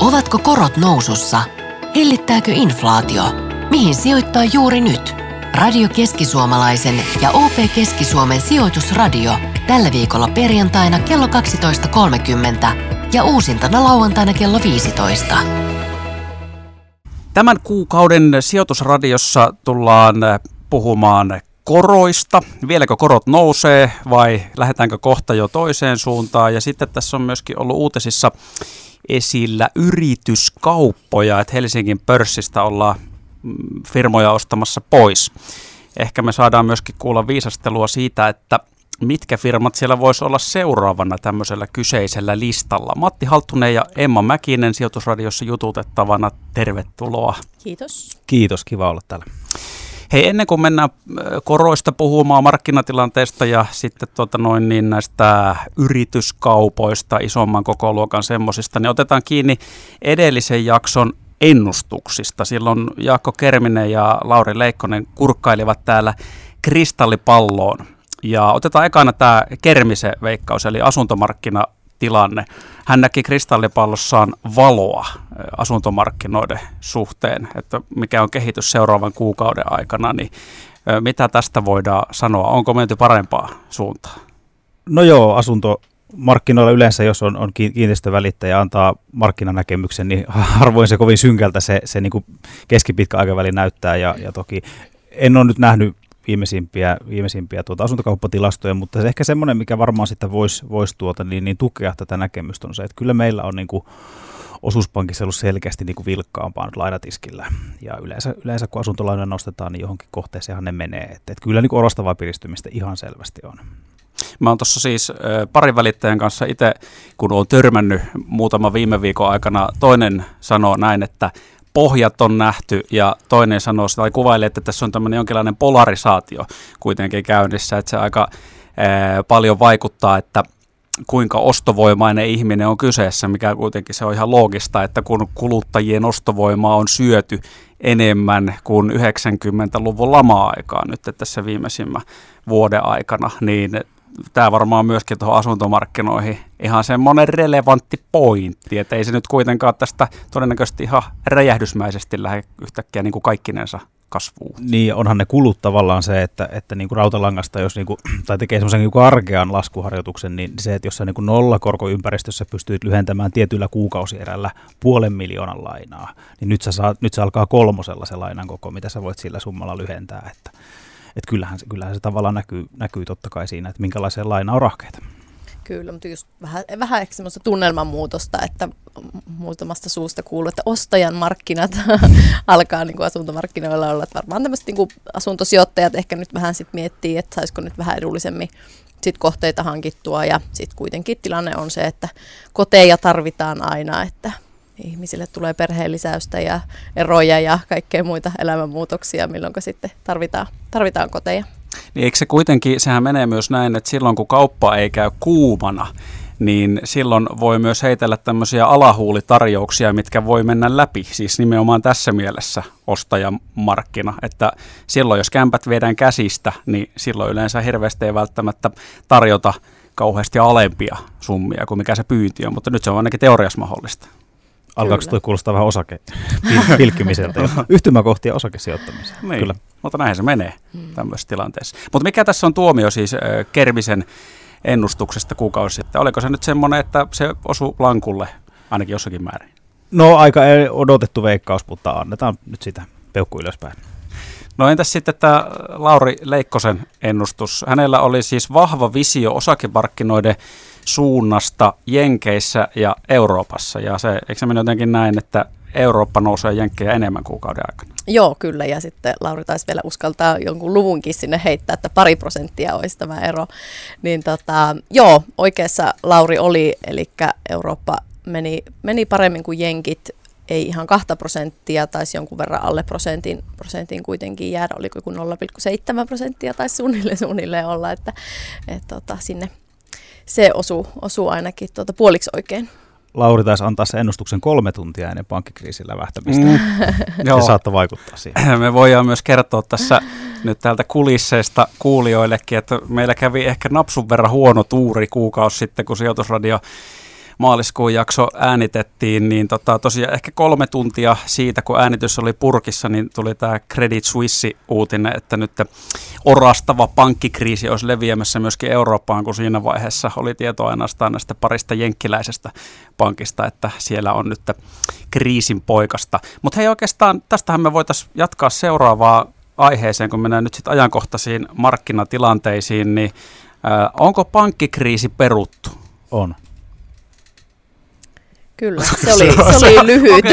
Ovatko korot nousussa? Hellittääkö inflaatio? Mihin sijoittaa juuri nyt? Radio Keski-Suomalaisen ja OP Keski-Suomen sijoitusradio tällä viikolla perjantaina kello 12.30 ja uusintana lauantaina kello 15. Tämän kuukauden sijoitusradiossa tullaan puhumaan koroista. Vieläkö korot nousee vai lähdetäänkö kohta jo toiseen suuntaan? Ja sitten tässä on myöskin ollut uutisissa esillä yrityskauppoja, että Helsingin pörssistä ollaan firmoja ostamassa pois. Ehkä me saadaan myöskin kuulla viisastelua siitä, että mitkä firmat siellä voisi olla seuraavana tämmöisellä kyseisellä listalla. Matti Halttunen ja Emma Mäkinen Sijoitusradiossa jututettavana. Tervetuloa. Kiitos. Kiitos, kiva olla täällä. Hei, ennen kuin mennään koroista puhumaan, markkinatilanteesta ja sitten näistä yrityskaupoista, isomman kokoluokan semmosista, niin otetaan kiinni edellisen jakson ennustuksista. Silloin Jaakko Kerminen ja Lauri Leikkonen kurkkailivat täällä kristallipalloon. Ja otetaan ekana tämä Kermisen veikkaus, eli asuntomarkkinatilanne. Hän näki kristallipallossaan valoa asuntomarkkinoiden suhteen, että mikä on kehitys seuraavan kuukauden aikana, niin mitä tästä voidaan sanoa? Onko menty parempaa suuntaan? No joo, asuntomarkkinoilla yleensä, jos on kiinteistövälittäjä antaa markkinanäkemyksen, niin harvoin se kovin synkältä se niin kuin keskipitkä aikaväli näyttää. Ja toki en ole nyt nähnyt viimeisimpiä asuntokauppatilastoja, mutta se ehkä semmoinen, mikä varmaan sitten voisi tukea tätä näkemystä, on se, että kyllä meillä on niin kuin osuuspankissa ollut selkeästi niin kuin vilkkaampaa nyt lainatiskillä. Ja yleensä kun asuntolainoja nostetaan, niin johonkin kohteeseenhan ne menee. Että kyllä niin kuin orastavaa piristymistä ihan selvästi on. Mä oon tuossa siis parin välittäjän kanssa itse, kun oon törmännyt muutaman viime viikon aikana, toinen sanoo näin, että pohjat on nähty ja toinen sanoo tai kuvailee, että tässä on tämmöinen jonkinlainen polarisaatio kuitenkin käynnissä, että se aika paljon vaikuttaa, että kuinka ostovoimainen ihminen on kyseessä, mikä kuitenkin se on ihan loogista, että kun kuluttajien ostovoimaa on syöty enemmän kuin 90-luvun lama-aikaa nyt tässä viimeisimmän vuoden aikana, niin tämä varmaan myöskin tuohon asuntomarkkinoihin ihan semmoinen relevantti pointti, että ei se nyt kuitenkaan tästä todennäköisesti ihan räjähdysmäisesti lähde yhtäkkiä niin kuin kaikkinensa kasvuun. Niin, onhan ne kulut tavallaan se, että niin kuin rautalangasta, jos niin kuin, tai tekee semmoisen niin kuin arkean laskuharjoituksen, niin se, että jos sä niin kuin nollakorkoympäristössä pystyt lyhentämään tietyllä kuukausierällä 500 000 lainaa, niin nyt se alkaa 3 se lainan koko, mitä sä voit sillä summalla lyhentää, että kyllähän se tavallaan näkyy totta kai siinä, että minkälaiseen lainaan on rahkeita. Kyllä, mutta just vähän ehkä semmoista tunnelmanmuutosta, että muutamasta suusta kuuluu, että ostajan markkinat alkaa niin kuin asuntomarkkinoilla olla. Että varmaan tämmöiset niin kuin asuntosijoittajat ehkä nyt vähän sit miettii, että saisiko nyt vähän edullisemmin sit kohteita hankittua. Ja sitten kuitenkin tilanne on se, että koteja tarvitaan aina, että ihmisille tulee perheen lisäystä ja eroja ja kaikkea muita elämänmuutoksia, milloin sitten tarvitaan koteja. Niin eikö se kuitenkin, sehän menee myös näin, että silloin kun kauppa ei käy kuumana, niin silloin voi myös heitellä tämmöisiä alahuulitarjouksia, mitkä voi mennä läpi, siis nimenomaan tässä mielessä ostajamarkkina, että silloin jos kämpät viedään käsistä, niin silloin yleensä hirveästi ei välttämättä tarjota kauheasti alempia summia kuin mikä se pyynti on, mutta nyt se on ainakin teoriassa mahdollista. Alkaako tuo kuulostaa vähän pilkkimiseltä ja yhtymäkohtia osakesijoittamiseen? Niin, kyllä. Mutta näin se menee tämmöisessä tilanteessa. Mutta mikä tässä on tuomio siis Kermisen ennustuksesta kuukausi sitten? Oliko se nyt semmoinen, että se osui lankulle ainakin jossakin määrin? No aika odotettu veikkaus, mutta annetaan nyt sitä peukku ylöspäin. No entäs sitten tämä Lauri Leikkosen ennustus? Hänellä oli siis vahva visio osakemarkkinoiden suunnasta Jenkeissä ja Euroopassa. Ja se, eikö se mene jotenkin näin, että Eurooppa nousee Jenkkejä enemmän kuukauden aikana? Joo, kyllä. Ja sitten Lauri taisi vielä uskaltaa jonkun luvunkin sinne heittää, että 2% olisi tämä ero. Niin joo, oikeassa Lauri oli, eli Eurooppa meni paremmin kuin Jenkit. Ei ihan 2%, taisi jonkun verran alle prosentin kuitenkin jäädä, oliko joku 0,7% taisi suunnilleen olla, että sinne se osuu ainakin puoliksi oikein. Lauri taisi antaa sen ennustuksen 3 tuntia ennen pankkikriisin lävähtämistä. Se saattoi vaikuttaa siihen. Me voidaan myös kertoa tässä nyt täältä kulisseista kuulijoillekin, että meillä kävi ehkä napsun verran huono tuuri kuukausi sitten, kun Sijoitusradio maaliskuun jakso äänitettiin, niin tosiaan ehkä 3 tuntia siitä, kun äänitys oli purkissa, niin tuli tämä Credit Suisse-uutinen, että nyt orastava pankkikriisi olisi leviämässä myöskin Eurooppaan, kun siinä vaiheessa oli tietoa ainoastaan näistä parista jenkkiläisestä pankista, että siellä on nyt kriisin poikasta. Mutta hei, oikeastaan tästähän me voitaisiin jatkaa seuraavaa aiheeseen, kun mennään nyt sitten ajankohtaisiin markkinatilanteisiin, niin onko pankkikriisi peruttu? On. Kyllä, se oli lyhyt.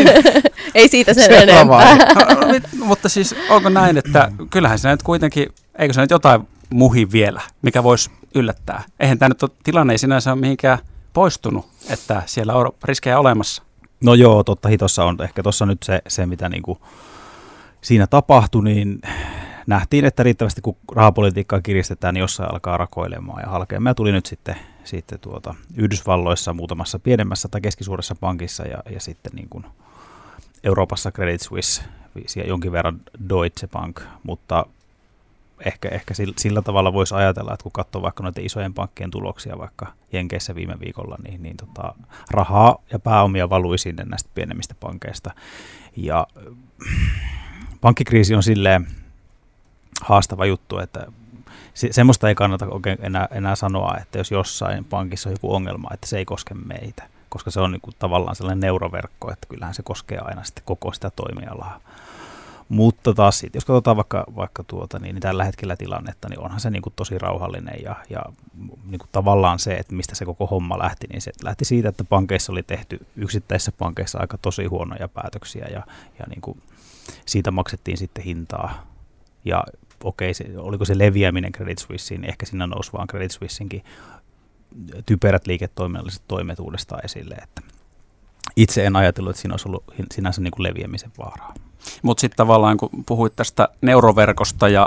Ei siitä sen enempää. Mutta siis onko näin, että kyllähän se nyt kuitenkin, eikö se nyt jotain muhi vielä, mikä voisi yllättää? Eihän tämä nyt ole, tilanne ei sinänsä ole mihinkään poistunut, että siellä on riskejä olemassa. No joo, totta hitossa on. Ehkä tuossa nyt se mitä niinku siinä tapahtui, niin nähtiin, että riittävästi kun rahapolitiikkaa kiristetään, niin jossain alkaa rakoilemaan ja halkeamaan. Ja tuli nyt sitten Yhdysvalloissa muutamassa pienemmässä tai keskisuuressa pankissa ja sitten niin kuin Euroopassa Credit Suisse ja jonkin verran Deutsche Bank, mutta ehkä sillä tavalla voisi ajatella, että kun katsoo vaikka noiden isojen pankkien tuloksia vaikka Jenkeissä viime viikolla, niin rahaa ja pääomia valui sinne näistä pienemmistä pankeista. Ja pankkikriisi on silleen haastava juttu, että semmoista ei kannata oikein enää sanoa, että jos jossain pankissa on joku ongelma, että se ei koske meitä, koska se on niin kuin tavallaan sellainen neuroverkko, että kyllähän se koskee aina sitten koko sitä toimialaa. Mutta taas sitten, jos katsotaan vaikka niin tällä hetkellä tilannetta, niin onhan se niin kuin tosi rauhallinen ja niin kuin tavallaan se, että mistä se koko homma lähti, niin se lähti siitä, että pankeissa oli tehty yksittäisissä pankeissa aika tosi huonoja päätöksiä ja niin kuin siitä maksettiin sitten hintaa. Ja okei, oliko se leviäminen Credit Suisseen, niin ehkä siinä nousi vaan Credit Suissenkin typerät liiketoiminnalliset toimet uudestaan esille. Että itse en ajatellut, että siinä olisi ollut sinänsä niin kuin leviämisen vaaraa. Mutta sitten tavallaan kun puhuit tästä neuroverkosta ja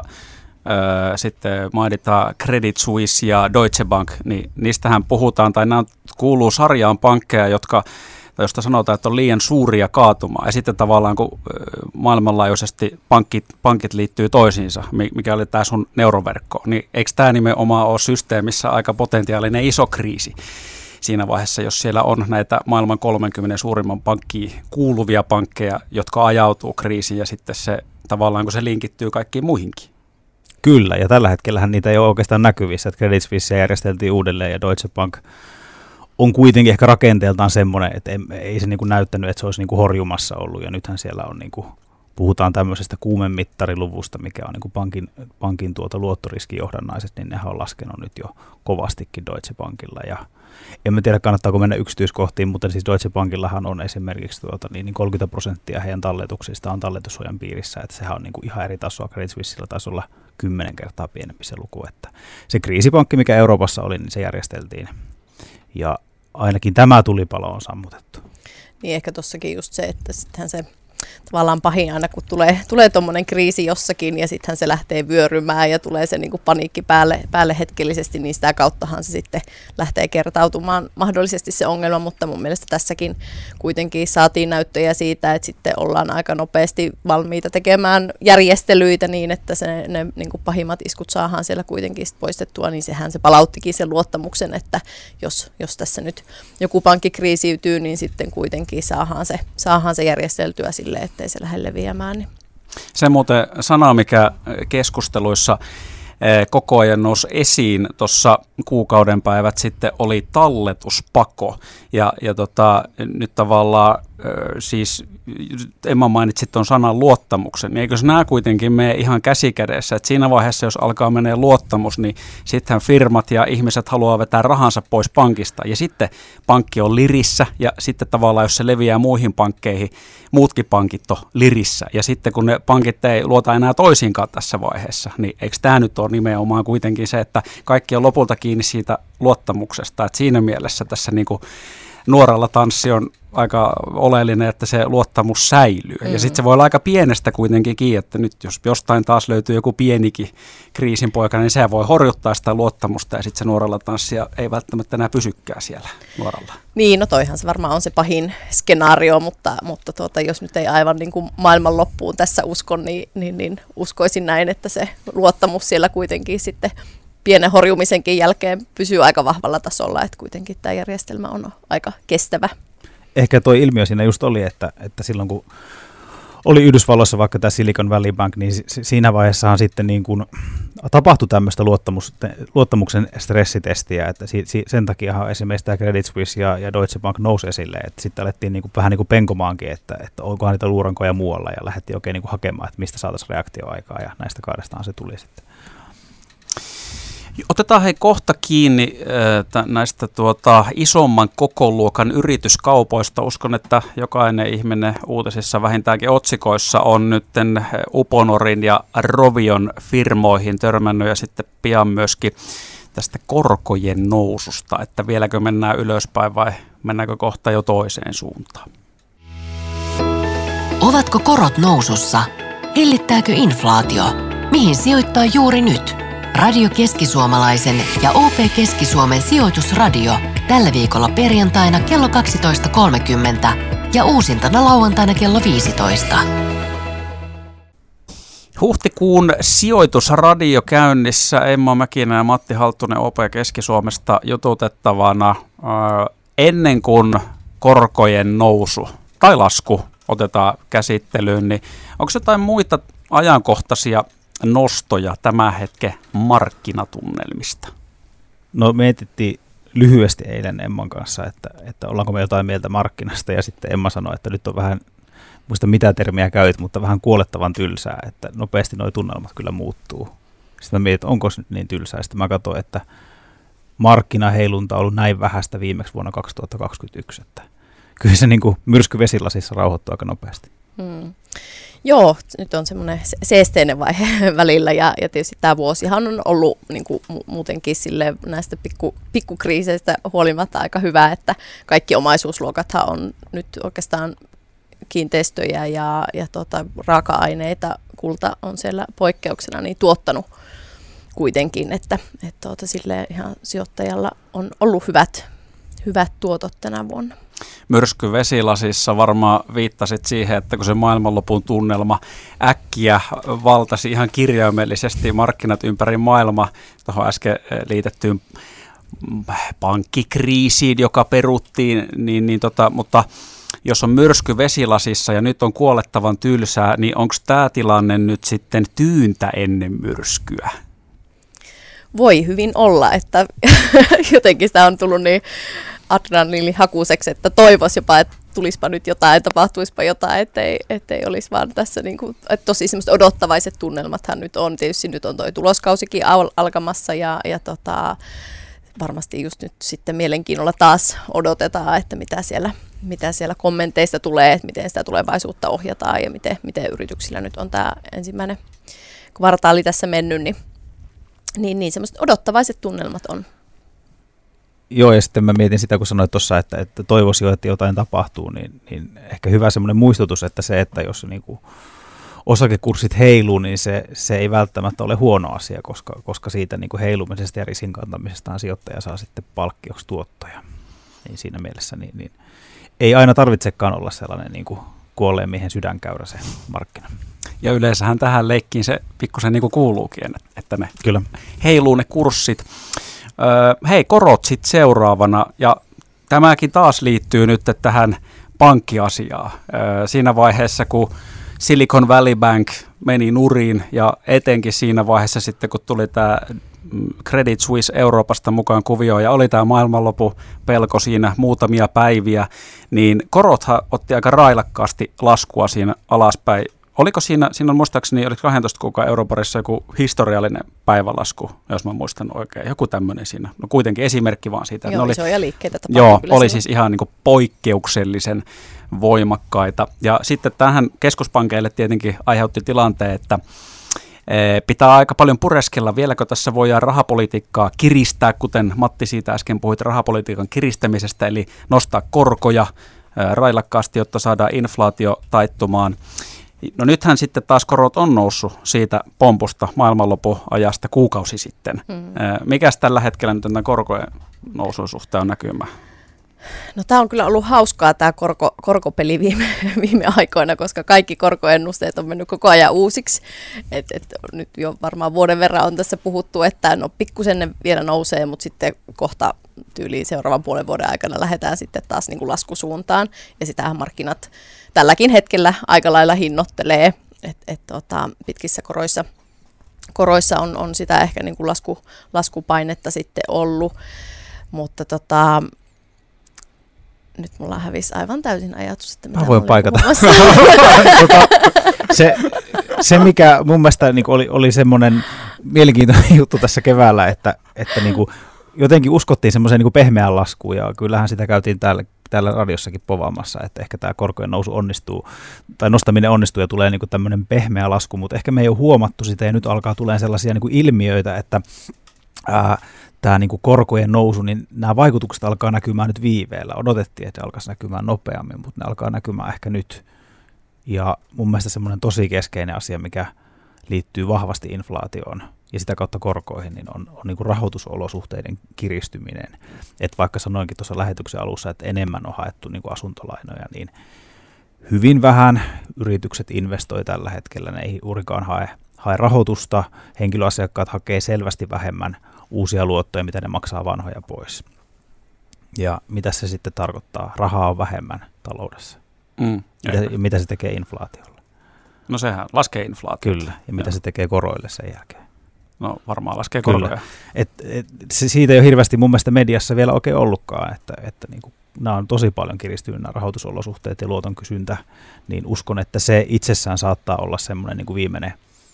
sitten mainitaan Credit Suisse ja Deutsche Bank, niin niistähän puhutaan, tai nämä kuuluu sarjaan pankkeja, josta sanotaan, että on liian suuria kaatumaan. Ja sitten tavallaan kun maailmanlaajuisesti pankit liittyy toisiinsa, mikä oli tämä sun neuroverkko, niin eikö tämä nimenomaan ole systeemissä aika potentiaalinen iso kriisi siinä vaiheessa, jos siellä on näitä maailman 30 suurimman pankkiin kuuluvia pankkeja, jotka ajautuu kriisiin ja sitten se tavallaan kun se linkittyy kaikkiin muihinkin? Kyllä, ja tällä hetkellähän niitä ei ole oikeastaan näkyvissä, että Credit Suisse järjesteltiin uudelleen ja Deutsche Bank on kuitenkin ehkä rakenteeltaan semmoinen, että ei se niin kuin näyttänyt, että se olisi niin kuin horjumassa ollut, ja nythän siellä on, niin kuin, puhutaan tämmöisestä kuumemittariluvusta, mikä on niin kuin pankin luottoriskijohdannaiset, niin nehän on laskenut nyt jo kovastikin Deutsche Bankilla, ja en tiedä kannattaako mennä yksityiskohtiin, mutta siis Deutsche Bankillahan on esimerkiksi 30% heidän talletuksista on talletussuojan piirissä, että sehän on niin kuin ihan eri tasoa, Credit Suissella taisi olla 10 kertaa pienempi se luku, että se kriisipankki, mikä Euroopassa oli, niin se järjesteltiin. Ja ainakin tämä tulipalo on sammutettu. Niin ehkä tossakin just se, että sittenhän se tavallaan pahin aina, kun tulee tuommoinen kriisi jossakin ja sittenhän se lähtee vyörymään ja tulee se niin kuin paniikki päälle hetkellisesti, niin sitä kauttahan se sitten lähtee kertautumaan mahdollisesti se ongelma, mutta mun mielestä tässäkin kuitenkin saatiin näyttöjä siitä, että sitten ollaan aika nopeasti valmiita tekemään järjestelyitä niin, että ne niin kuin pahimmat iskut saadaan siellä kuitenkin poistettua, niin sehän se palauttikin sen luottamuksen, että jos tässä nyt joku pankki kriisiytyy, niin sitten kuitenkin saadaan se järjesteltyä sille, ettei se lähde leviämään. Niin. Se muuten sana, mikä keskusteluissa koko ajan nousi esiin tuossa kuukauden päivät sitten, oli talletuspako. Ja nyt tavallaan siis Emma mainitsi tuon sanan luottamuksen, niin eikö nämä kuitenkin mene ihan käsikädessä, että siinä vaiheessa, jos alkaa menee luottamus, niin sittenhän firmat ja ihmiset haluaa vetää rahansa pois pankista, ja sitten pankki on lirissä, ja sitten tavallaan, jos se leviää muihin pankkeihin, muutkin pankit on lirissä, ja sitten kun ne pankit ei luota enää toisiinkaan tässä vaiheessa, niin eikö tämä nyt ole nimenomaan kuitenkin se, että kaikki on lopulta kiinni siitä luottamuksesta, että siinä mielessä tässä niin kuin nuoralla tanssi on aika oleellinen, että se luottamus säilyy. Ja sitten se voi olla aika pienestä kuitenkin kiinni, että nyt jos jostain taas löytyy joku pienikin kriisinpoika, niin se voi horjuttaa sitä luottamusta ja sitten se nuoralla tanssia ei välttämättä enää pysykään siellä nuoralla. Niin, no toihan se varmaan on se pahin skenaario, mutta jos nyt ei aivan niin kuin maailman loppuun tässä uskon, niin uskoisin näin, että se luottamus siellä kuitenkin sitten pienen horjumisenkin jälkeen pysyy aika vahvalla tasolla, että kuitenkin tämä järjestelmä on aika kestävä. Ehkä tuo ilmiö siinä just oli, että silloin kun oli Yhdysvalloissa vaikka tämä Silicon Valley Bank, niin siinä vaiheessahan sitten niin kuin tapahtui tämmöistä luottamuksen stressitestiä, että sen takiahan esimerkiksi tämä Credit Suisse ja Deutsche Bank nousi esille, että sitten alettiin niin kuin, vähän niin kuin penkomaankin, että onkohan niitä luurankoja muualla, ja lähdettiin oikein niin kuin hakemaan, että mistä saataisiin reaktioaikaa, ja näistä kahdestaan se tuli sitten. Otetaan kohta kiinni näistä isomman kokoluokan yrityskaupoista. Uskon, että jokainen ihminen uutisissa vähintäänkin otsikoissa on nyt Uponorin ja Rovion firmoihin törmännyt ja sitten pian myöskin tästä korkojen noususta, että vieläkö mennään ylöspäin vai mennäänkö kohta jo toiseen suuntaan. Ovatko korot nousussa? Hellittääkö inflaatio? Mihin sijoittaa juuri nyt? Radio Keski-Suomalaisen ja OP Keski-Suomen sijoitusradio tällä viikolla perjantaina kello 12.30 ja uusintana lauantaina kello 15. Huhtikuun sijoitusradio käynnissä. Emma Mäkinen ja Matti Halttunen OP Keski-Suomesta jututettavana ennen kuin korkojen nousu tai lasku otetaan käsittelyyn, niin onko jotain muita ajankohtaisia nostoja tämän hetken markkinatunnelmista? No mietittiin lyhyesti eilen Emman kanssa, että ollaanko me jotain mieltä markkinasta, ja sitten Emma sanoi, että nyt on vähän, muista mitä termiä käyt, mutta vähän kuolettavan tylsää, että nopeasti nuo tunnelmat kyllä muuttuu. Sitten mä mietin, että onko se nyt niin tylsää, sitten mä katsoin, että markkinaheilunta on ollut näin vähäistä viimeksi vuonna 2021, että kyllä se niin kuin myrsky vesilasissa rauhoittuu aika nopeasti. Joo, nyt on semmoinen seesteinen vaihe välillä ja tietysti tämä vuosihan on ollut niin kuin muutenkin sille näistä pikkukriiseistä huolimatta aika hyvä, että kaikki omaisuusluokathan on nyt oikeastaan kiinteistöjä ja raaka-aineita, kulta on siellä poikkeuksena niin tuottanut kuitenkin, että sille ihan sijoittajalla on ollut hyvät tuotot tänä vuonna. Myrsky vesilasissa varmaan viittasit siihen, että kun se maailmanlopun tunnelma äkkiä valtasi ihan kirjaimellisesti markkinat ympäri maailmaa, tuohon äsken liitettyyn pankkikriisiin, joka peruttiin, mutta jos on myrsky vesilasissa ja nyt on kuolettavan tylsää, niin onko tämä tilanne nyt sitten tyyntä ennen myrskyä? Voi hyvin olla, että jotenkin sitä on tullut niin adrenaliinihakuiseksi, että toivoisi jopa, että tulispa nyt jotain, tapahtuispa jotain, ettei olisi vaan tässä niin kuin, että tosi semmoiset odottavaiset tunnelmathan nyt on. Tietysti nyt on toi tuloskausikin alkamassa ja varmasti just nyt sitten mielenkiinnolla taas odotetaan, että mitä siellä kommenteista tulee, että miten sitä tulevaisuutta ohjataan ja miten yrityksillä nyt on tämä ensimmäinen kvartaali tässä mennyt, niin semmoiset odottavaiset tunnelmat on. Joo, ja sitten mä mietin sitä, kun sanoit tuossa, että toivoisi jo, että jotain tapahtuu, niin ehkä hyvä semmoinen muistutus, että se, että jos niinku osakekurssit heiluu, niin se ei välttämättä ole huono asia, koska siitä niinku heilumisesta ja riskin kantamisestaan sijoittaja saa sitten palkkioksi tuottoja. Niin siinä mielessä niin ei aina tarvitsekaan olla sellainen niinku kuolleen miehen sydänkäyrä se markkina. Ja yleensähän tähän leikkiin se pikkusen niin kuin kuuluukin, että ne kyllä heiluu ne kurssit. Hei, korot sitten seuraavana, ja tämäkin taas liittyy nyt tähän pankkiasiaan. Siinä vaiheessa, kun Silicon Valley Bank meni nurin, ja etenkin siinä vaiheessa sitten, kun tuli tämä Credit Suisse Euroopasta mukaan kuvioon, ja oli tämä maailmanlopun pelko siinä muutamia päiviä, niin korothan otti aika railakkaasti laskua siinä alaspäin. Oliko siinä on muistaakseni, oliko 12 kuukauden Europarissa joku historiallinen päivälasku, jos mä muistan oikein, joku tämmöinen siinä. No kuitenkin esimerkki vaan siitä. Joo, isoja liikkeitä tapahtui. Joo, oli siis ihan niin kuin poikkeuksellisen voimakkaita. Ja sitten tähän keskuspankeille tietenkin aiheutti tilanteen, että pitää aika paljon pureskella, vieläkö tässä voidaan rahapolitiikkaa kiristää, kuten Matti siitä äsken puhuit rahapolitiikan kiristämisestä, eli nostaa korkoja railakkaasti, jotta saadaan inflaatio taittumaan. No nythän sitten taas korot on noussut siitä pompusta maailmanlopun-ajasta kuukausi sitten. Mikäs tällä hetkellä nyt tämän korkojen nousun suhteen on näkymä? No tämä on kyllä ollut hauskaa tämä korkopeli viime aikoina, koska kaikki korkoennusteet on mennyt koko ajan uusiksi. Nyt jo varmaan vuoden verran on tässä puhuttu, että no pikkusen ne vielä nousee, mutta sitten kohta tyyliin seuraavan puolen vuoden aikana lähdetään sitten taas niin kuin laskusuuntaan. Ja sitähän markkinat tälläkin hetkellä aika lailla hinnoittelee, että pitkissä koroissa on sitä ehkä niin kuin laskupainetta sitten ollut, mutta nyt mulla hävisi aivan täysin ajatus, että mitä mä voin paikata. Se, mikä mun mielestä niin oli semmoinen mielenkiintoinen juttu tässä keväällä, että niin kuin jotenkin uskottiin semmoiseen niin kuin pehmeään laskuun, ja kyllähän sitä käytiin täällä radiossakin povaamassa, että ehkä tämä korkojen nousu onnistuu, tai nostaminen onnistuu ja tulee niin kuin tämmöinen pehmeä lasku, mutta ehkä me ei ole huomattu sitä, ja nyt alkaa tulemaan sellaisia niin kuin ilmiöitä, että tämä niin kuin korkojen nousu, niin nämä vaikutukset alkaa näkymään nyt viiveellä. Odotettiin, että ne alkaisi näkymään nopeammin, mutta ne alkaa näkymään ehkä nyt. Ja mun mielestä semmoinen tosi keskeinen asia, mikä liittyy vahvasti inflaatioon ja sitä kautta korkoihin, niin on niin kuin rahoitusolosuhteiden kiristyminen. Että vaikka sanoinkin tuossa lähetyksen alussa, että enemmän on haettu niin kuin asuntolainoja, niin hyvin vähän yritykset investoi tällä hetkellä. Ne ei juurikaan hae rahoitusta. Henkilöasiakkaat hakee selvästi vähemmän uusia luottoja, mitä ne maksaa vanhoja pois. Ja mitä se sitten tarkoittaa? Rahaa on vähemmän taloudessa. Mitä se tekee inflaatiolle? No sehän laskee inflaatiota. Kyllä, ja mitä se tekee koroille sen jälkeen? No varmaan laskee koroja. Siitä ei ole hirveästi mun mielestä mediassa vielä oikein ollutkaan, että niin kuin, nämä on tosi paljon kiristynyt nämä rahoitusolosuhteet ja luoton kysyntä, niin uskon, että se itsessään saattaa olla semmoinen niin kuin viimeinen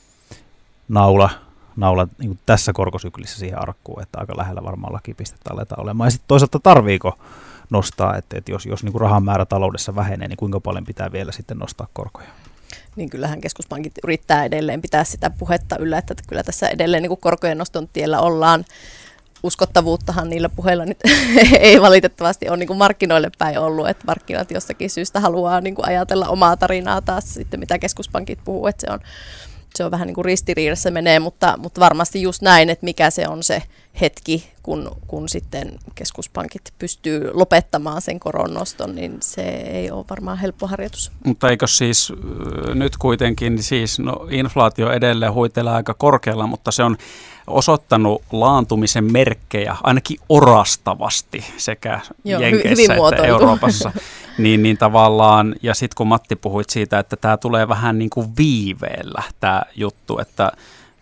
naula niin kuin tässä korkosyklissä siihen arkkuun, että aika lähellä varmaan lakipistettä aletaan olemaan. Ja sitten toisaalta tarviiko nostaa, että jos niin kuin rahan määrä taloudessa vähenee, niin kuinka paljon pitää vielä sitten nostaa korkoja? Niin kyllähän keskuspankit yrittää edelleen pitää sitä puhetta yllä, että kyllä tässä edelleen niin kuin korkojen noston tiellä ollaan. Uskottavuuttahan niillä puheilla nyt ei valitettavasti ole niin kuin markkinoille päin ollut, että markkinat jostakin syystä haluaa niin kuin ajatella omaa tarinaa taas sitten, mitä keskuspankit puhuu, että se on vähän niin kuin ristiriidassa menee, mutta varmasti just näin, että mikä se on se hetki, kun sitten keskuspankit pystyy lopettamaan sen koronnoston, niin se ei ole varmaan helppo harjoitus. Mutta eikö siis nyt kuitenkin siis inflaatio edelleen huitelee aika korkealla, mutta se on osoittanut laantumisen merkkejä ainakin orastavasti sekä Jenkeissä että Euroopassa. Niin tavallaan, ja sitten kun Matti puhuit siitä, että tämä tulee vähän niin kuin viiveellä tämä juttu, että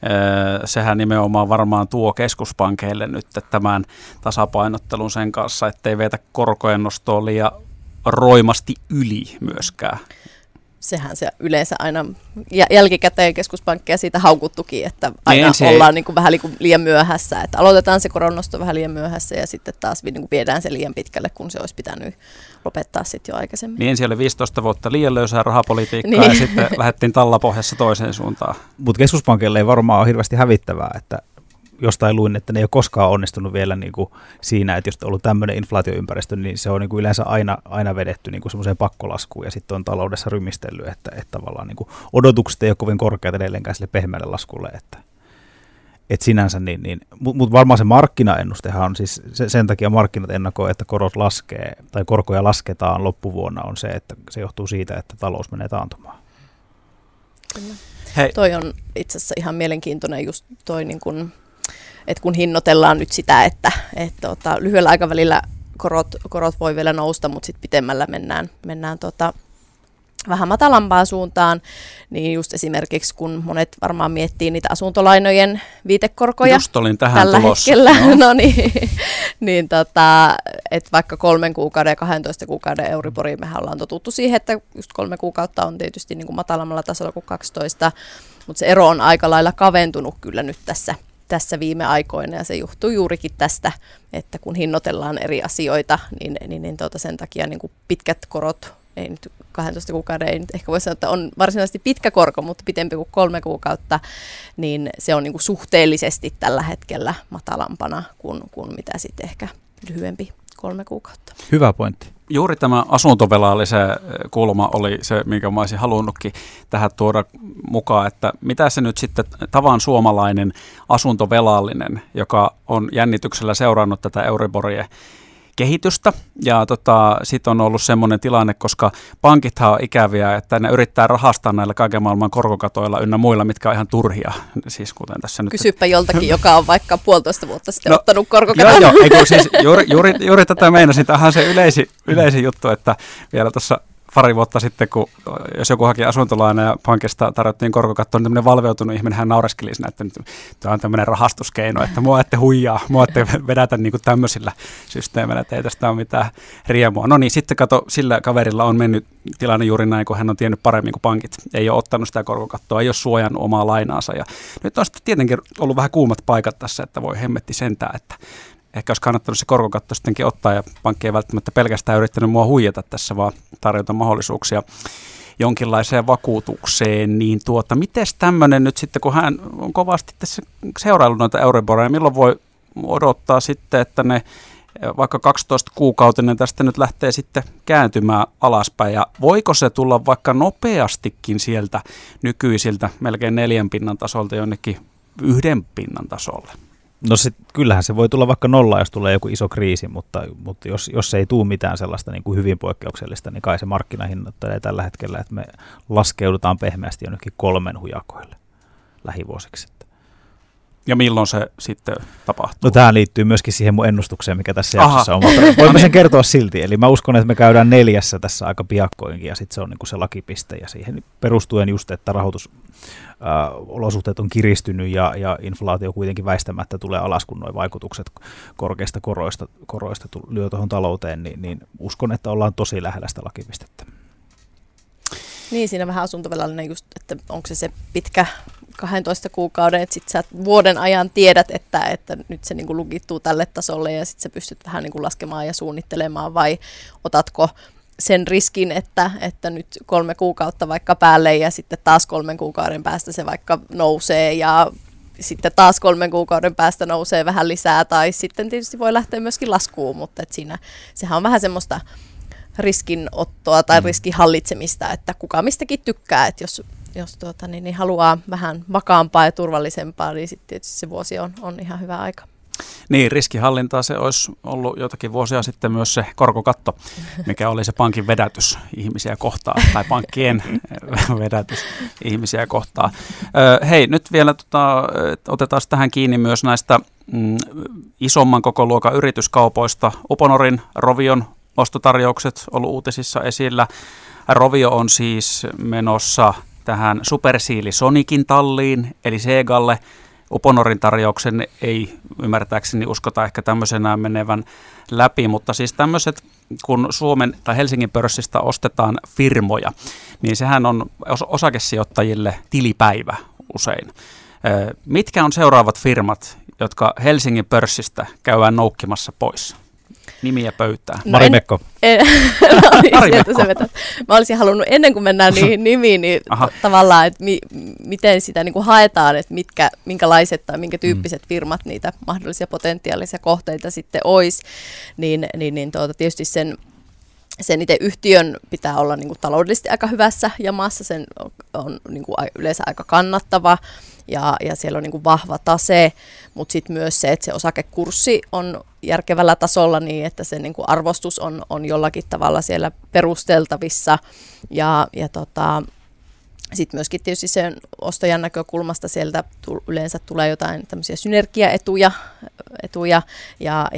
sehän nimenomaan varmaan tuo keskuspankeille nyt tämän tasapainottelun sen kanssa, ettei vetä korkojen nostoa liian roimasti yli myöskään. Sehän se yleensä aina jälkikäteen keskuspankkeja siitä haukuttukin, että aina ollaan niin kuin vähän liian myöhässä, että aloitetaan se koronnosto vähän liian myöhässä ja sitten taas niin kuin viedään se liian pitkälle, kun se olisi pitänyt lopettaa sitten jo aikaisemmin. Niin ensin oli 15 vuotta liian löysää rahapolitiikkaa ja sitten lähdettiin tallapohjassa toiseen suuntaan. Mutta keskuspankille ei varmaan ole hirveästi hävittävää, että jostain luin, että ne ei ole koskaan onnistunut vielä niin kuin siinä, että jos on ollut tämmöinen inflaatioympäristö, niin se on niin kuin yleensä aina vedetty niin kuin semmoiseen pakkolaskuun ja sitten on taloudessa rymistellyt, että tavallaan niin kuin odotukset ei ole kovin korkeat edelleenkään sille pehmeälle laskulle, että sinänsä mutta varmaan se markkinaennustehan on siis sen takia markkinat ennakoi, että korot laskee tai korkoja lasketaan loppuvuonna on se, että se johtuu siitä, että talous menee taantumaan. Kyllä. Hei. Toi on itse asiassa ihan mielenkiintoinen just toi niin kun, että kun hinnoitellaan nyt sitä, että lyhyellä aikavälillä korot voi vielä nousta, mutta sitten pitemmällä mennään vähän matalampaan suuntaan, niin just esimerkiksi kun monet varmaan miettii niitä asuntolainojen viitekorkoja just olin tähän tällä tulossa. hetkellä, no niin että vaikka 3 kuukauden ja 12 kuukauden Euriboriin mehän ollaan totuttu siihen, että just 3 kuukautta on tietysti niin kuin matalammalla tasolla kuin 12, mutta se ero on aika lailla kaventunut kyllä nyt tässä viime aikoina ja se johtuu juurikin tästä, että kun hinnoitellaan eri asioita, niin sen takia niin kuin pitkät korot, ei nyt 12 kuukauden, ei nyt ehkä voi sanoa, että on varsinaisesti pitkä korko, mutta pitempi kuin 3 kuukautta, niin se on niin kuin suhteellisesti tällä hetkellä matalampana kuin mitä sitten ehkä lyhyempi 3 kuukautta. Hyvä pointti. Juuri tämä asuntovelallisen kulma oli se, minkä mä olisin halunnutkin tähän tuoda mukaan, että mitä se nyt sitten tavan suomalainen asuntovelallinen, joka on jännityksellä seurannut tätä Euriborien kehitystä, ja sitten on ollut semmoinen tilanne, koska pankithan on ikäviä, että ne yrittää rahastaa näillä kaiken maailman korkokatoilla ynnä muilla, mitkä on ihan turhia. Siis kuten tässä nyt. Kysyppä joltakin, joka on vaikka 1,5 vuotta sitten ottanut korkokaton. Joo, eikö siis juuri tätä meinasin. Tämähän on se yleisin juttu, että vielä tuossa pari vuotta sitten, kun jos joku haki asuntolaina ja pankista tarjottiin korkokattoa, niin tämmöinen valveutunut ihminen, hän naureskeli siinä, että tämä on tämmöinen rahastuskeino, että mua ette huijaa, mua ette vedätä niin kuin tämmöisillä systeemeillä, että ei tästä ole mitään riemua. No niin, sitten kato, sillä kaverilla on mennyt tilanne juuri näin, kun hän on tiennyt paremmin kuin pankit. Ei ole ottanut sitä korkokattoa, ei ole suojannut omaa lainaansa. Ja nyt on sitten tietenkin ollut vähän kuumat paikat tässä, että voi hemmetti sentään, että ehkä olisi kannattanut se korkokatto sittenkin ottaa, ja pankki ei välttämättä pelkästään yrittänyt mua huijata tässä, vaan tarjota mahdollisuuksia jonkinlaiseen vakuutukseen. Niin mites tämmöinen nyt sitten, kun hän on kovasti tässä seuraillut noita Euriboreja, milloin voi odottaa sitten, että ne vaikka 12 kuukautinen tästä nyt lähtee sitten kääntymään alaspäin, ja voiko se tulla vaikka nopeastikin sieltä nykyisiltä melkein 4 pinnan tasolta jonnekin 1 pinnan tasolle? No kyllähän se voi tulla vaikka 0, jos tulee joku iso kriisi, mutta jos ei tule mitään sellaista niin kuin hyvin poikkeuksellista, niin kai se markkina hinnoittelee tällä hetkellä, että me laskeudutaan pehmeästi jonnekin 3 hujakoille lähivuosiksi. Ja milloin se sitten tapahtuu? No tämä liittyy myöskin siihen mun ennustukseen, mikä tässä jaksossa on, mutta voimme sen kertoa silti. Eli mä uskon, että me käydään 4 tässä aika piakkoinkin, ja sitten se on niin kuin se lakipiste, ja siihen perustuen just, että rahoitusolosuhteet on kiristynyt, ja inflaatio kuitenkin väistämättä tulee alas, kun nuo vaikutukset korkeista koroista lyö tuohon talouteen, niin uskon, että ollaan tosi lähellä sitä lakipistettä. Niin, siinä vähän asuntovelallinen just, että onko se pitkä 12 kuukauden, että sitten sä vuoden ajan tiedät, että nyt se niinku lukittuu tälle tasolle, ja sitten sä pystyt vähän niinku laskemaan ja suunnittelemaan, vai otatko sen riskin, että nyt 3 kuukautta vaikka päälle, ja sitten taas 3 kuukauden päästä se vaikka nousee, ja sitten taas 3 kuukauden päästä nousee vähän lisää, tai sitten tietysti voi lähteä myöskin laskuun, mutta sehän on vähän semmoista riskinottoa tai riskin hallitsemista, että kuka mistäkin tykkää, että jos niin haluaa vähän vakaampaa ja turvallisempaa, niin sitten tietysti se vuosi on ihan hyvä aika. Niin, riskihallintaa se olisi ollut jotakin vuosia sitten myös se korkokatto, mikä oli se pankin vedätys ihmisiä kohtaan, tai pankkien vedätys ihmisiä kohtaan. Hei, nyt vielä otetaan tähän kiinni myös näistä isomman kokoluokan yrityskaupoista. Uponorin, Rovion ostotarjoukset ollut uutisissa esillä. Rovio on siis menossa tähän Supersiili Sonicin talliin, eli Segalle. Uponorin tarjouksen ei ymmärtääkseni uskota ehkä tämmöisenään menevän läpi, mutta siis tämmöiset, kun Suomen tai Helsingin pörssistä ostetaan firmoja, niin sehän on osakesijoittajille tilipäivä usein. Mitkä on seuraavat firmat, jotka Helsingin pörssistä käydään noukkimassa pois? Nimiä pöytään. No Marimekko. Mä olisin halunnut, ennen kuin mennään niihin nimiin, niin tavallaan, että miten sitä niin kuin haetaan, että minkälaiset tai minkä tyyppiset firmat niitä mahdollisia potentiaalisia kohteita sitten olisi, niin tietysti sen itse yhtiön pitää olla niin kuin taloudellisesti aika hyvässä jamassa, sen on niin kuin yleensä aika kannattava, ja siellä on niin kuin vahva tase, mutta sitten myös se, että se osakekurssi on järkevällä tasolla niin, että se niin kuin arvostus on jollakin tavalla siellä perusteltavissa, ja sitten myöskin tietysti sen ostajan näkökulmasta sieltä yleensä tulee jotain tämmöisiä synergiaetuja, ja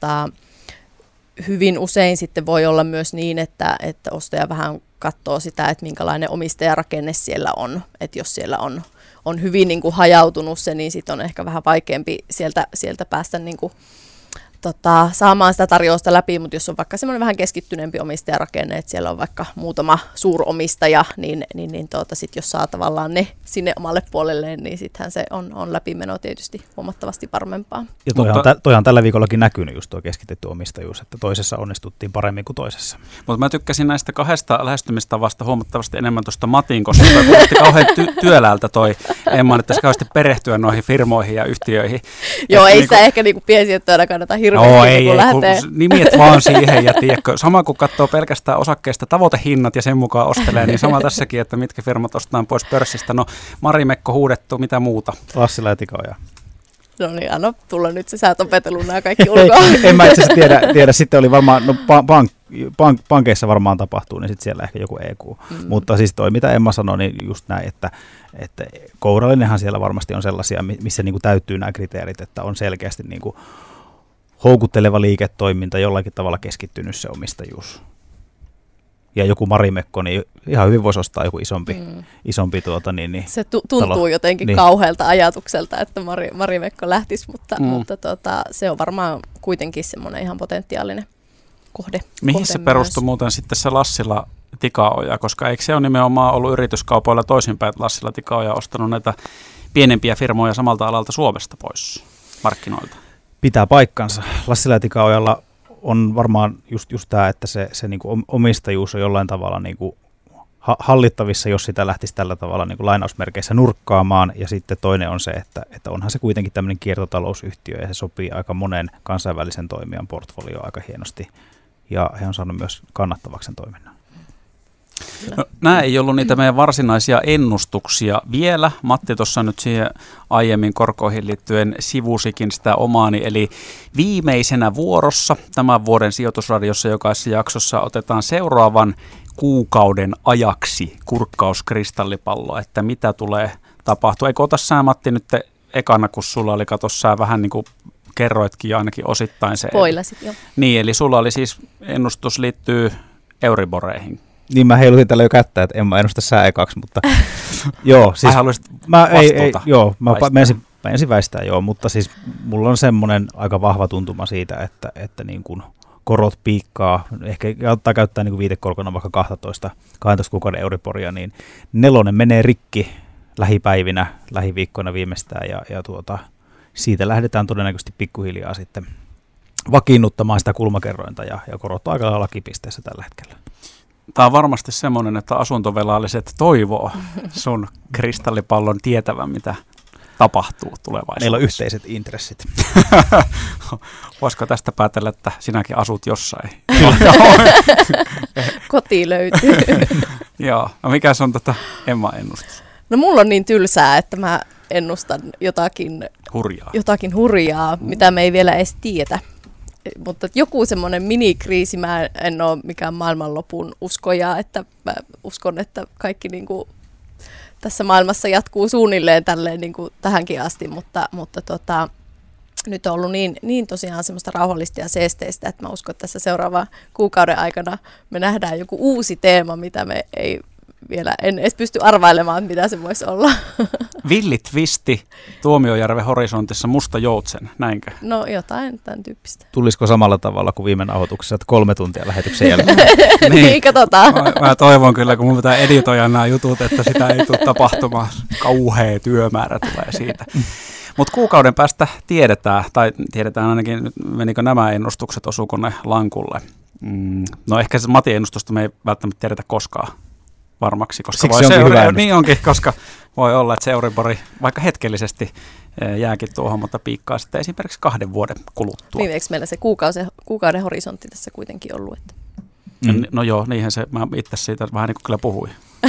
hyvin usein sitten voi olla myös niin, että ostaja vähän katsoo sitä, että minkälainen omistajarakenne siellä on, että jos siellä on hyvin niin kuin hajautunut se, niin sitten on ehkä vähän vaikeampi sieltä päästä niin kuin, saamaan sitä tarjousta läpi, mutta jos on vaikka semmoinen vähän keskittyneempi omistajarakenne, että siellä on vaikka muutama suuromistaja, niin sit jos saa tavallaan ne sinne omalle puolelleen, niin sittenhän se on läpimeno tietysti huomattavasti varmempaa. Ja toi on tällä viikollakin näkynyt just tuo keskitetty omistajuus, että toisessa onnistuttiin paremmin kuin toisessa. Mutta mä tykkäsin näistä 2 lähestymistavasta huomattavasti enemmän tuosta Matin, koska toi kuulosti kauhean työläältä toi Emma, että kauheasti perehtyä noihin firmoihin ja yhtiöihin. Joo, ei sitä ehkä niinku piensijoittajana kannata hirveästi. No ei, nimet vaan siihen, ja tiedätkö, sama kun katsoo pelkästään osakkeista tavoitehinnat ja sen mukaan ostelee, niin sama tässäkin, että mitkä firmat ostetaan pois pörssistä. No Marimekko huudettu, mitä muuta? Lassila ja Tikaoja. No niin, anna tulla nyt se, sä oot opetellut nämä kaikki ulkoa. En mä itse asiassa tiedä. Sitten oli varmaan, pankeissa varmaan tapahtuu, niin sitten siellä ehkä joku EQ. Mutta siis toi, mitä Emma sanoi, niin just näin, että kourallinenhan siellä varmasti on sellaisia, missä niinku täyttyy nämä kriteerit, että on selkeästi niinku houkutteleva liiketoiminta, jollakin tavalla keskittynyt se omistajuus. Ja joku Marimekko, niin ihan hyvin voisi ostaa joku isompi niin se tuntuu talo. jotenkin Niin. kauhealta ajatukselta, että Marimekko lähtisi, mutta se on varmaan kuitenkin semmoinen ihan potentiaalinen kohde. Mihin se perustui muuten sitten se Lassila Tikaoja, koska eikö se ole nimenomaan ollut yrityskaupoilla toisinpäin, että Lassila Tikaoja on ostanut näitä pienempiä firmoja samalta alalta Suomesta pois markkinoilta? Pitää paikkansa. Lassila Tikaojalla on varmaan just tämä, että se niinku omistajuus on jollain tavalla niinku hallittavissa, jos sitä lähtisi tällä tavalla niinku lainausmerkeissä nurkkaamaan. Ja sitten toinen on se, että onhan se kuitenkin tämmöinen kiertotalousyhtiö ja se sopii aika monen kansainvälisen toimijan portfolioon aika hienosti. Ja he on saanut myös kannattavaksi sen toiminnan. No, nämä ei ollut niitä meidän varsinaisia ennustuksia vielä. Matti tuossa nyt siihen aiemmin korkoihin liittyen sivusikin sitä omaani. Eli viimeisenä vuorossa tämän vuoden Sijoitusradiossa jokaisessa jaksossa otetaan seuraavan kuukauden ajaksi kurkkauskristalipallo, että mitä tulee tapahtua. Eikö ota sä, Matti, nyt ekana, kun sulla oli, sä vähän niin kuin kerroitkin jo ainakin osittain se. Spoilasit jo. Niin, eli sulla oli siis ennustus liittyy Euriboreihin. Niin mä heilutin tällä jo kättä, että en mä ennusta sää ekaksi, mutta joo. Siis haluaisit mä ensin väistää, joo, mutta siis mulla on semmoinen aika vahva tuntuma siitä, että niin kuin korot piikkaa, ehkä ottaa käyttää niin kuin viitekorkona vaikka 12 kuukauden Euriboria, niin 4 menee rikki lähipäivinä, lähiviikkoina viimeistään ja siitä lähdetään todennäköisesti pikkuhiljaa sitten vakiinnuttamaan sitä kulmakerrointa ja korot on aika lailla kipisteessä tällä hetkellä. Tämä on varmasti semmoinen, että asuntovelalliset toivoo sun kristallipallon tietävän, mitä tapahtuu tulevaisuudessa. Meillä on yhteiset intressit. Voisiko tästä päätellä, että sinäkin asut jossain? Koti löytyy. Joo. No mikä se on Emma ennustus? No mulla on niin tylsää, että mä ennustan jotakin hurjaa, mitä me ei vielä edes tiedä. Mutta joku semmoinen minikriisi, mä en ole mikään maailmanlopun uskoja, että mä uskon, että kaikki niin kuin tässä maailmassa jatkuu suunnilleen tälleen niin kuin tähänkin asti, mutta nyt on ollut niin tosiaan semmoista rauhallista ja seesteistä, että mä uskon, että tässä seuraavan kuukauden aikana me nähdään joku uusi teema, mitä me ei vielä en edes pysty arvailemaan, mitä se voisi olla. Villi twisti Tuomiojärven horisontissa musta joutsen, näinkö? No jotain tämän tyyppistä. Tulisiko samalla tavalla kuin viime nauhoituksessa, että 3 tuntia lähetyksen jälkeen? Niin, katsotaan. Mä toivon kyllä, kun mun pitää editoida nämä jutut, että sitä ei tule tapahtumaan. Kauhea työmäärä tulee siitä. Mutta kuukauden päästä tiedetään ainakin, menikö nämä ennustukset, osuuko ne lankulle. No ehkä se Matin ennustusta me ei välttämättä tiedetä koskaan varmaksi, koska niin onkin, koska voi olla, että se Euribori vaikka hetkellisesti jääkin tuohon, mutta piikkaa sitten esimerkiksi 2 vuoden kuluttua. Niin, eikö meillä se kuukauden horisontti tässä kuitenkin ollut? Että? No joo, niinhän se, mä itse siitä vähän niin kuin kyllä puhuin.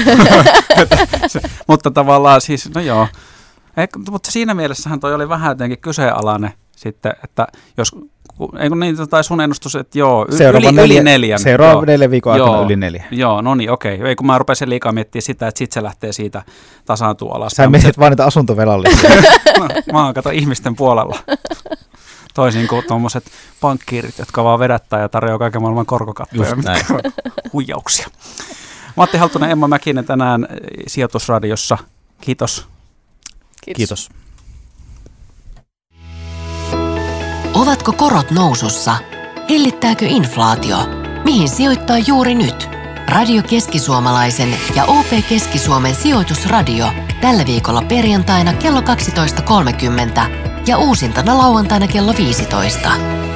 Mutta tavallaan siis, no joo. Mutta siinä mielessähän toi oli vähän jotenkin kyseenalainen sitten, että jos, tai sun ennustus, että joo, yli 4. Seuraava 4 viikon aikana yli 4. Joo, no niin, okei. Ei kun mä rupesin liikaa miettimään sitä, että sit se lähtee siitä tasaantua alaspäin. Sä mietit vaan niitä asuntovelallisia. Mä oon kato ihmisten puolella. Toisin kuin tuommoiset pankkiirit, jotka vaan vedättää ja tarjoaa kaiken maailman korkokattoja. Huijauksia. Matti Halttunen, Emma Mäkinen tänään Sijoitusradiossa. Kiitos. Kiitos. Ovatko korot nousussa? Hellittääkö inflaatio? Mihin sijoittaa juuri nyt? Radio Keski-Suomalaisen ja OP Keski-Suomen sijoitusradio tällä viikolla perjantaina kello 12.30 ja uusintana lauantaina kello 15.